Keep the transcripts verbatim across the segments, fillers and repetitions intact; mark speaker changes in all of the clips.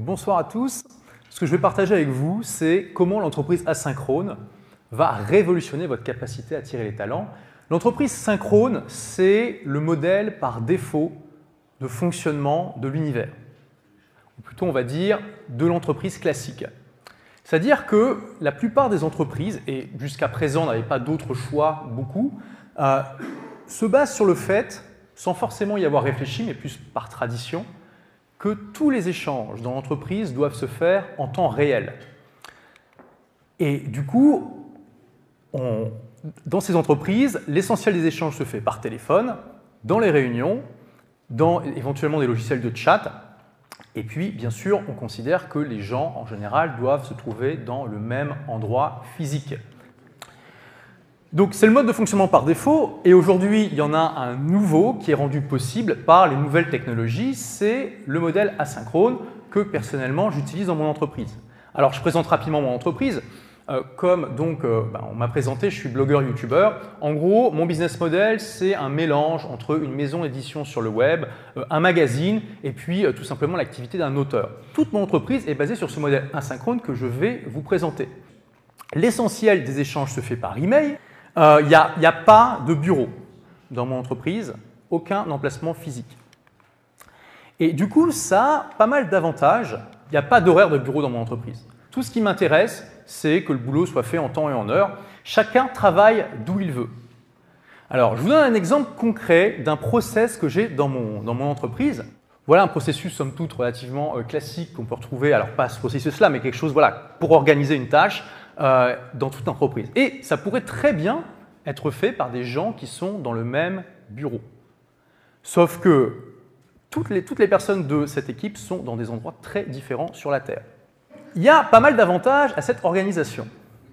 Speaker 1: bonsoir à tous. Ce que je vais partager avec vous, c'est comment l'entreprise asynchrone va révolutionner votre capacité à attirer les talents. L'entreprise synchrone, c'est le modèle par défaut de fonctionnement de l'univers. Ou plutôt, on va dire, de l'entreprise classique. C'est-à-dire que la plupart des entreprises, et jusqu'à présent n'avaient pas d'autre choix, beaucoup, euh, se basent sur le fait, sans forcément y avoir réfléchi, mais plus par tradition, que tous les échanges dans l'entreprise doivent se faire en temps réel. Et du coup, on, dans ces entreprises, l'essentiel des échanges se fait par téléphone, dans les réunions, dans éventuellement des logiciels de chat. Et puis, bien sûr, on considère que les gens, en général, doivent se trouver dans le même endroit physique. Donc, c'est le mode de fonctionnement par défaut. Et aujourd'hui, il y en a un nouveau qui est rendu possible par les nouvelles technologies. C'est le modèle asynchrone que, personnellement, j'utilise dans mon entreprise. Alors, je présente rapidement mon entreprise. Euh, comme donc, euh, ben, on m'a présenté, je suis blogueur, youtubeur. En gros, mon business model, c'est un mélange entre une maison d'édition sur le web, euh, un magazine et puis euh, tout simplement l'activité d'un auteur. Toute mon entreprise est basée sur ce modèle asynchrone que je vais vous présenter. L'essentiel des échanges se fait par email. Il euh, n'y a, a pas de bureau dans mon entreprise, aucun emplacement physique. Et du coup, ça a pas mal d'avantages. Il n'y a pas d'horaire de bureau dans mon entreprise. Tout ce qui m'intéresse, c'est que le boulot soit fait en temps et en heure. Chacun travaille d'où il veut. Alors, je vous donne un exemple concret d'un process que j'ai dans mon, dans mon entreprise. Voilà un processus, somme toute, relativement euh, classique qu'on peut retrouver, alors pas ce processus-là, mais quelque chose voilà, pour organiser une tâche euh, dans toute entreprise. Et ça pourrait très bien être fait par des gens qui sont dans le même bureau. Sauf que toutes les, toutes les personnes de cette équipe sont dans des endroits très différents sur la Terre. Il y a pas mal d'avantages à cette organisation.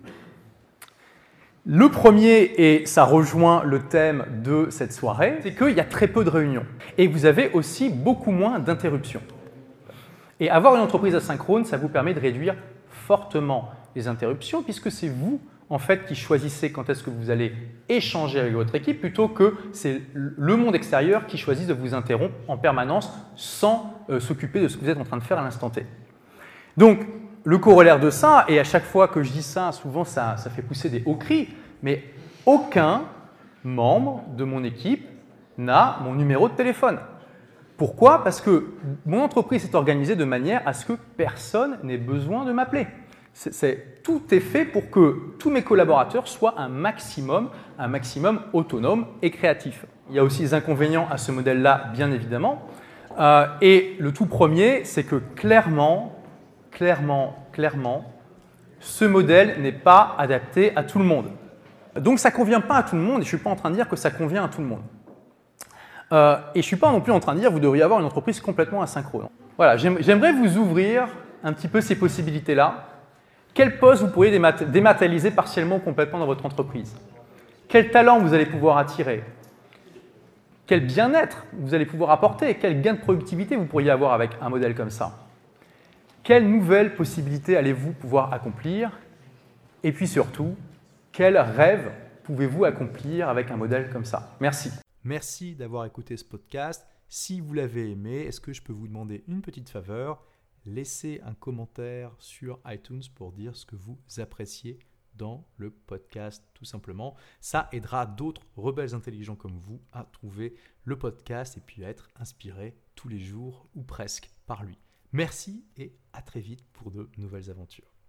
Speaker 1: Le premier, et ça rejoint le thème de cette soirée, c'est qu'il y a très peu de réunions. Et vous avez aussi beaucoup moins d'interruptions. Et avoir une entreprise asynchrone, ça vous permet de réduire fortement les interruptions, puisque c'est vous, en fait, qui choisissez quand est-ce que vous allez échanger avec votre équipe, plutôt que c'est le monde extérieur qui choisit de vous interrompre en permanence sans euh, s'occuper de ce que vous êtes en train de faire à l'instant T. Donc, le corollaire de ça, et à chaque fois que je dis ça, souvent ça, ça fait pousser des hauts cris, mais aucun membre de mon équipe n'a mon numéro de téléphone. Pourquoi? Parce que mon entreprise est organisée de manière à ce que personne n'ait besoin de m'appeler. C'est, c'est, tout est fait pour que tous mes collaborateurs soient un maximum, un maximum autonomes et créatifs. Il y a aussi des inconvénients à ce modèle-là, bien évidemment. Euh, et le tout premier, c'est que clairement, Clairement, clairement, ce modèle n'est pas adapté à tout le monde. Donc ça ne convient pas à tout le monde et je ne suis pas en train de dire que ça convient à tout le monde. Euh, et je ne suis pas non plus en train de dire que vous devriez avoir une entreprise complètement asynchrone. Voilà, j'aimerais vous ouvrir un petit peu ces possibilités-là. Quel poste vous pourriez démat- dématérialiser partiellement ou complètement dans votre entreprise? Quel talent vous allez pouvoir attirer? Quel bien-être vous allez pouvoir apporter? Quel gain de productivité vous pourriez avoir avec un modèle comme ça? Quelles nouvelles possibilités allez-vous pouvoir accomplir? Et puis surtout, quels rêves pouvez-vous accomplir avec un modèle comme ça? Merci.
Speaker 2: Merci d'avoir écouté ce podcast. Si vous l'avez aimé, est-ce que je peux vous demander une petite faveur? Laissez un commentaire sur iTunes pour dire ce que vous appréciez dans le podcast, tout simplement. Ça aidera d'autres rebelles intelligents comme vous à trouver le podcast et puis à être inspirés tous les jours ou presque par lui. Merci et à très vite pour de nouvelles aventures.